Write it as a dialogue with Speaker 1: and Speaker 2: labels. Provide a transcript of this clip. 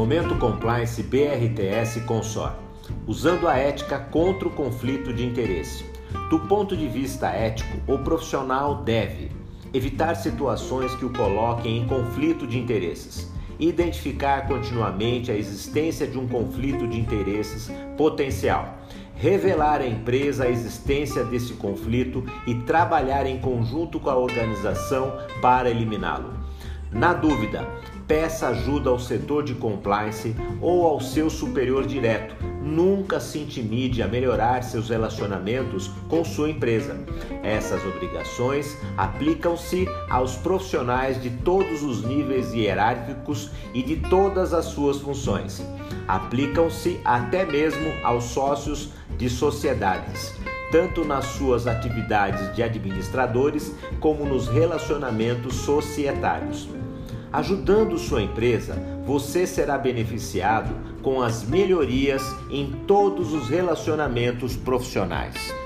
Speaker 1: Momento Compliance BRTS Consor, usando a ética contra o conflito de interesse. Do ponto de vista ético, o profissional deve evitar situações que o coloquem em conflito de interesses, identificar continuamente a existência de um conflito de interesses potencial, revelar à empresa a existência desse conflito e trabalhar em conjunto com a organização para eliminá-lo. Na dúvida, peça ajuda ao setor de compliance ou ao seu superior direto. Nunca se intimide a melhorar seus relacionamentos com sua empresa. Essas obrigações aplicam-se aos profissionais de todos os níveis hierárquicos e de todas as suas funções. Aplicam-se até mesmo aos sócios de sociedades, tanto nas suas atividades de administradores como nos relacionamentos societários. Ajudando sua empresa, você será beneficiado com as melhorias em todos os relacionamentos profissionais.